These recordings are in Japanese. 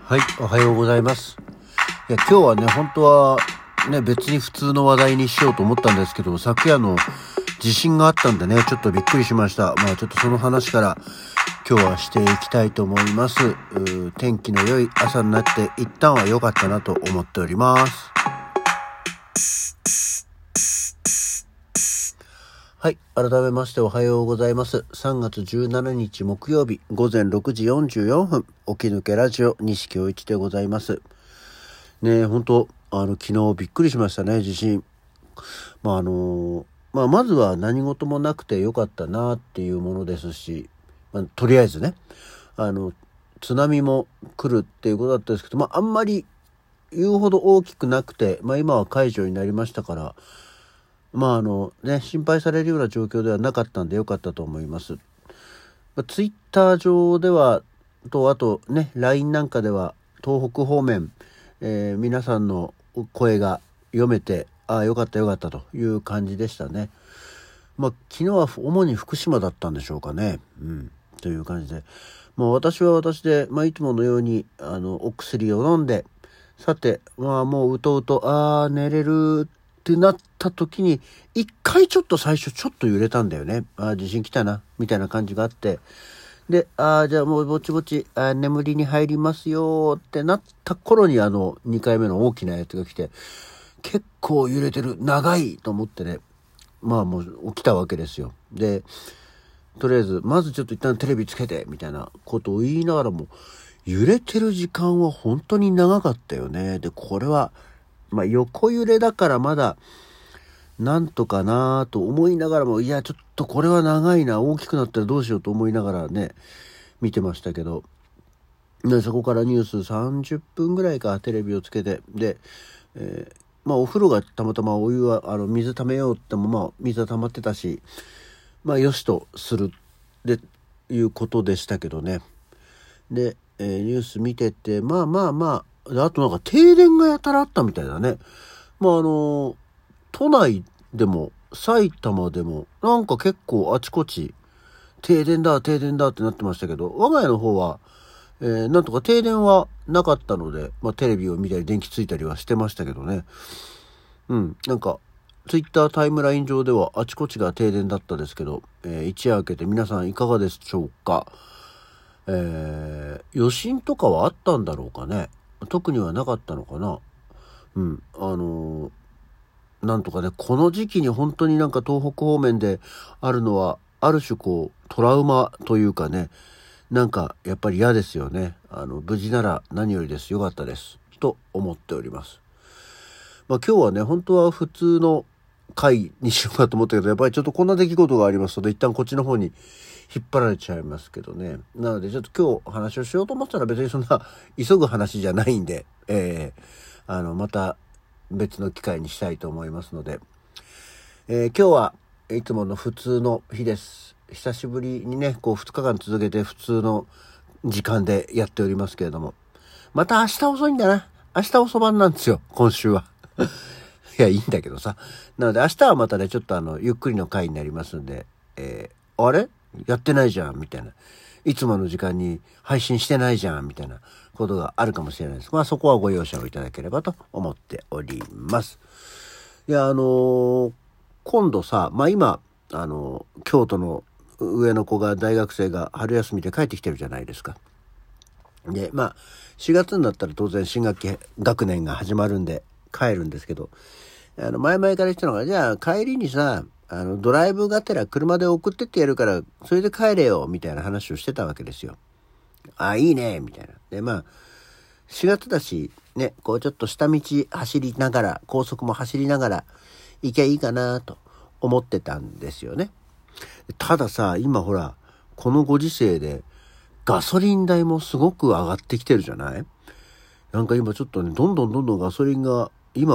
はい、おはようございます。今日はね、本当はね、別に普通の話題にしようと思ったんですけど、昨夜の地震があったんでね、ちょっとびっくりしました。ちょっとその話から今日はしていきたいと思います。天気の良い朝になって一旦は良かったなと思っております。はい。改めましておはようございます。3月17日木曜日午前6時44分、起き抜けラジオ西京一でございます。ねえ、本当昨日びっくりしましたね、地震。まずは何事もなくてよかったなっていうものですし、とりあえずね、津波も来るっていうことだったんですけど、あんまり言うほど大きくなくて、今は解除になりましたから、心配されるような状況ではなかったんでよかったと思います。ツイッター上ではあとね LINE なんかでは東北方面、皆さんの声が読めてよかったよかったという感じでしたね。昨日は主に福島だったんでしょうかね。という感じで、私は私で、いつものようにお薬を飲んで、さてもううとうと寝れるってなった時に一回ちょっと最初ちょっと揺れたんだよね。地震来たなみたいな感じがあって、でじゃあもうぼちぼち眠りに入りますよってなった頃に2回目の大きなやつが来て、結構揺れてる、長いと思ってね、もう起きたわけですよ。でとりあえずまずちょっと一旦テレビつけてみたいなことを言いながらも、揺れてる時間は本当に長かったよね。でこれは横揺れだからまだなんとかなと思いながらも、ちょっとこれは長いな、大きくなったらどうしようと思いながらね見てましたけど、そこからニュース30分ぐらいかテレビをつけて、で、お風呂がたまたまお湯は水溜めようっても水は溜まってたし、よしとするでいうことでしたけどね。で、ニュース見ててあとなんか停電がやたらあったみたいだね。都内でも埼玉でもなんか結構あちこち停電だってなってましたけど、我が家の方は、なんとか停電はなかったので、テレビを見たり電気ついたりはしてましたけどね。なんかツイッタータイムライン上ではあちこちが停電だったですけど、一夜明けて皆さんいかがでしょうか。余震とかはあったんだろうかね。特にはなかったのかな。なんとかね、この時期に本当になんか東北方面であるのはある種トラウマというかね、なんかやっぱり嫌ですよね。無事なら何よりです。よかったですと思っております。今日はね、本当は普通の回にしようかと思ったけど、やっぱりちょっとこんな出来事がありますので、一旦こっちの方に引っ張られちゃいますけどね。なのでちょっと今日話をしようと思ったら別にそんな急ぐ話じゃないんで、また別の機会にしたいと思いますので、今日はいつもの普通の日です。久しぶりにね、2日間続けて普通の時間でやっておりますけれども、また明日遅いんだな。明日遅番なんですよ、今週は。いや、いいんだけどさ。なので明日はまたね、ちょっとゆっくりの回になりますんで、あれやってないじゃんみたいな。いつもの時間に配信してないじゃんみたいなことがあるかもしれないです。そこはご容赦をいただければと思っております。いや、今度さ、今、京都の上の子が、大学生が春休みで帰ってきてるじゃないですか。で、4月になったら当然新学年が始まるんで帰るんですけど、前々から言ってたのが、じゃあ帰りにさ、ドライブがてら車で送ってってやるから、それで帰れよ、みたいな話をしてたわけですよ。いいね、みたいな。で、4月だし、ね、ちょっと下道走りながら、高速も走りながら行けばいいかなと思ってたんですよね。たださ、今ほら、このご時世でガソリン代もすごく上がってきてるじゃない？なんか今ちょっとね、どんどんガソリンが今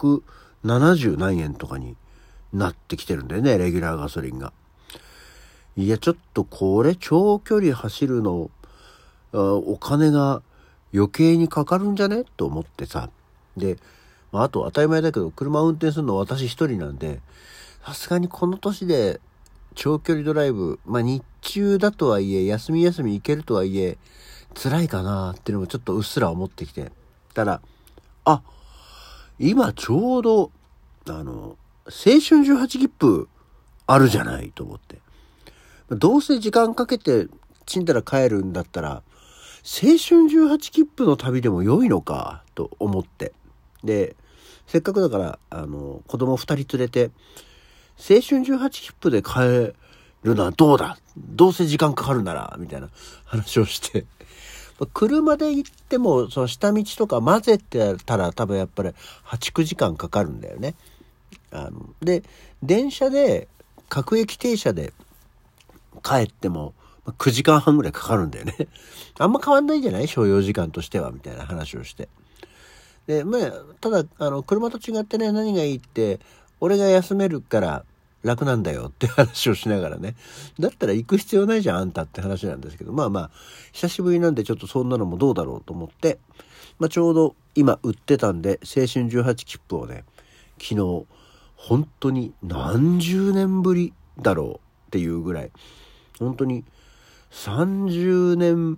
170何円とかになってきてるんだよね、レギュラーガソリンが。いや、ちょっとこれ長距離走るの、お金が余計にかかるんじゃねと思ってさ。で、あと当たり前だけど、車運転するの私一人なんで、さすがにこの年で長距離ドライブ、日中だとはいえ、休み行けるとはいえ、 辛いかなっていうのもちょっとうっすら思ってきて、ただ今ちょうど青春18切符あるじゃないと思って、どうせ時間かけてちんたら帰るんだったら青春18切符の旅でも良いのかと思って、でせっかくだから子供2人連れて青春18切符で帰るのはどうだ、どうせ時間かかるならみたいな話をして車で行ってもその下道とか混ぜてたら多分やっぱり8、9時間かかるんだよね。で電車で各駅停車で帰っても9時間半ぐらいかかるんだよね。あんま変わんないんじゃない、所要時間としてはみたいな話をして、でただ車と違ってね、何がいいって俺が休めるから楽なんだよって話をしながらね、だったら行く必要ないじゃんあんたって話なんですけど、久しぶりなんでちょっとそんなのもどうだろうと思って、ちょうど今売ってたんで青春18切符をね、昨日本当に何十年ぶりだろうっていうぐらい、本当に30年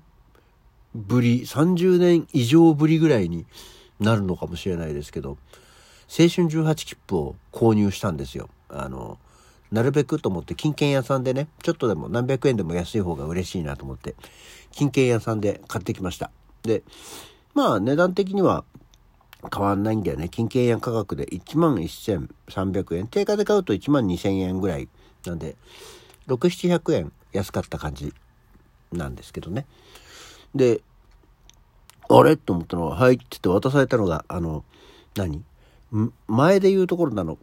以上ぶりぐらいになるのかもしれないですけど、青春18切符を購入したんですよ。なるべくと思って金券屋さんでね、ちょっとでも何百円でも安い方が嬉しいなと思って金券屋さんで買ってきました。で値段的には変わんないんだよね。金券屋価格で11,300円、定価で買うと12,000円ぐらいなんで6、700円安かった感じなんですけどね。であれと思ったのは、はいって言って渡されたのが前で言うところ表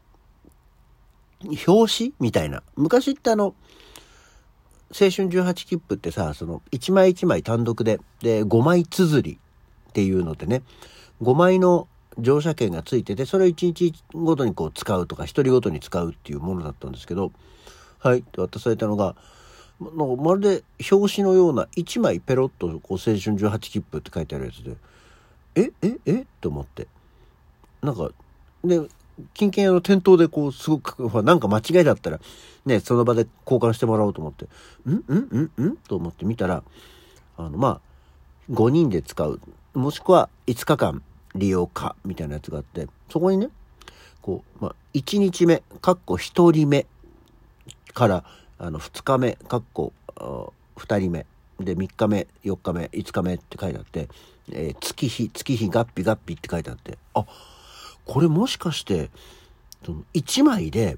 紙みたいな、昔って青春18切符ってさ、その1枚1枚単独で5枚綴りっていうのでね、5枚の乗車券がついてて、それを1日ごとにこう使うとか1人ごとに使うっていうものだったんですけど、はいって渡されたのがまるで表紙のような1枚ペロッとこう青春18切符って書いてあるやつで、と思って、で金券屋の店頭でこうすごくなんか間違いだったらね、その場で交換してもらおうと思ってと思って見たら5人で使う、もしくは5日間利用かみたいなやつがあって、そこにね1日目1人目から2日目2人目で3日目4日目5日目って書いてあって、月日月日って書いてあって、これもしかして1枚で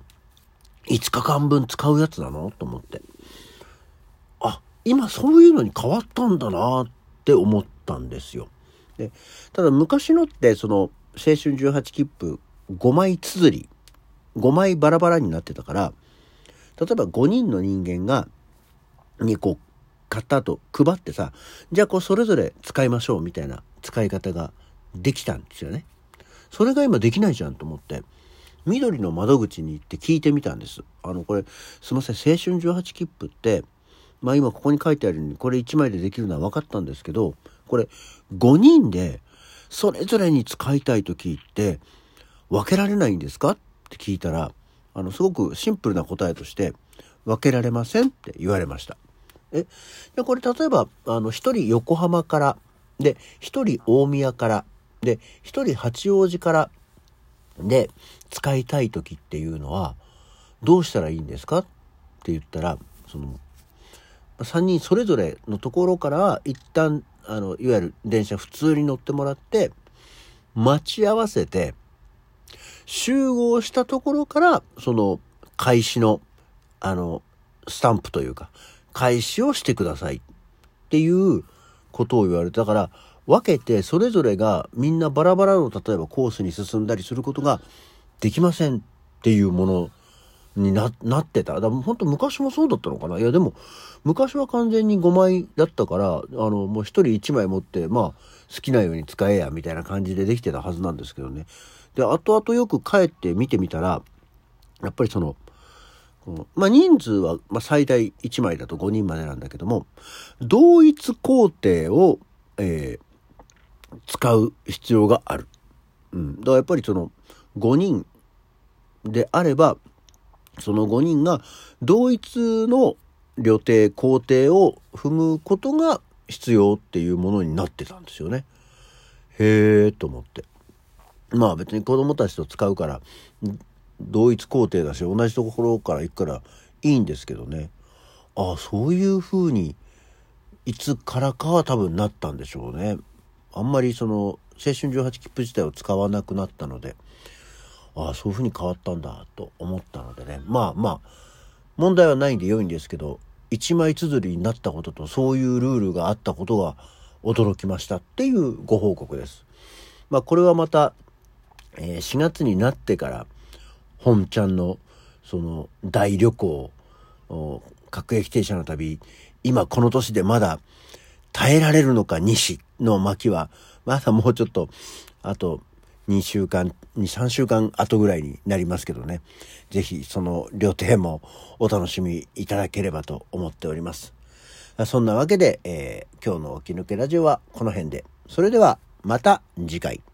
5日間分使うやつなのと思って、今そういうのに変わったんだなって思ったんですよ。でただ昔のってその青春18切符5枚綴り5枚バラバラになってたから、例えば5人の人間にこう買った後配ってさ、じゃあこうそれぞれ使いましょうみたいな使い方ができたんですよね。それが今できないじゃんと思って、緑の窓口に行って聞いてみたんです。これすいません、青春18切符って今ここに書いてあるようにこれ1枚でできるのは分かったんですけど、これ5人でそれぞれに使いたいと聞いて分けられないんですかって聞いたら、すごくシンプルな答えとして分けられませんって言われました。これ例えば1人横浜からで1人大宮からで1人八王子からで使いたい時っていうのはどうしたらいいんですかって言ったら、3人それぞれのところから一旦いわゆる電車普通に乗ってもらって待ち合わせて集合したところからその開始のスタンプというか開始をしてくださいっていうことを言われたから、分けてそれぞれがみんなバラバラの例えばコースに進んだりすることができませんっていうものに なってた。だから本当昔もそうだったのかな。いやでも昔は完全に5枚だったからもう1人1枚持って好きなように使えやみたいな感じでできてたはずなんですけどね。で後々よく帰って見てみたら、やっぱり人数は最大1枚だと5人までなんだけども、同一工程を、使う必要がある。だからやっぱり5人であればその5人が同一の旅程工程を踏むことが必要っていうものになってたんですよね。へーと思って。まあ別に子供たちと使うから同一工程だし同じところから行くからいいんですけどね。ああ、そういう風にいつからかは多分なったんでしょうね。あんまりその青春18切符自体を使わなくなったので、ああ、そういう風に変わったんだと思ったのでね。まあ問題はないんで良いんですけど、一枚綴りになったこととそういうルールがあったことが驚きましたっていうご報告です。まあこれはまた、4月になってから本ちゃんのその大旅行、各駅停車の旅、今この年でまだ耐えられるのか西の巻はまだもうちょっとあと3週間後ぐらいになりますけどね。ぜひその旅程もお楽しみいただければと思っております。そんなわけで、今日の起き抜けラジオはこの辺で。それではまた次回。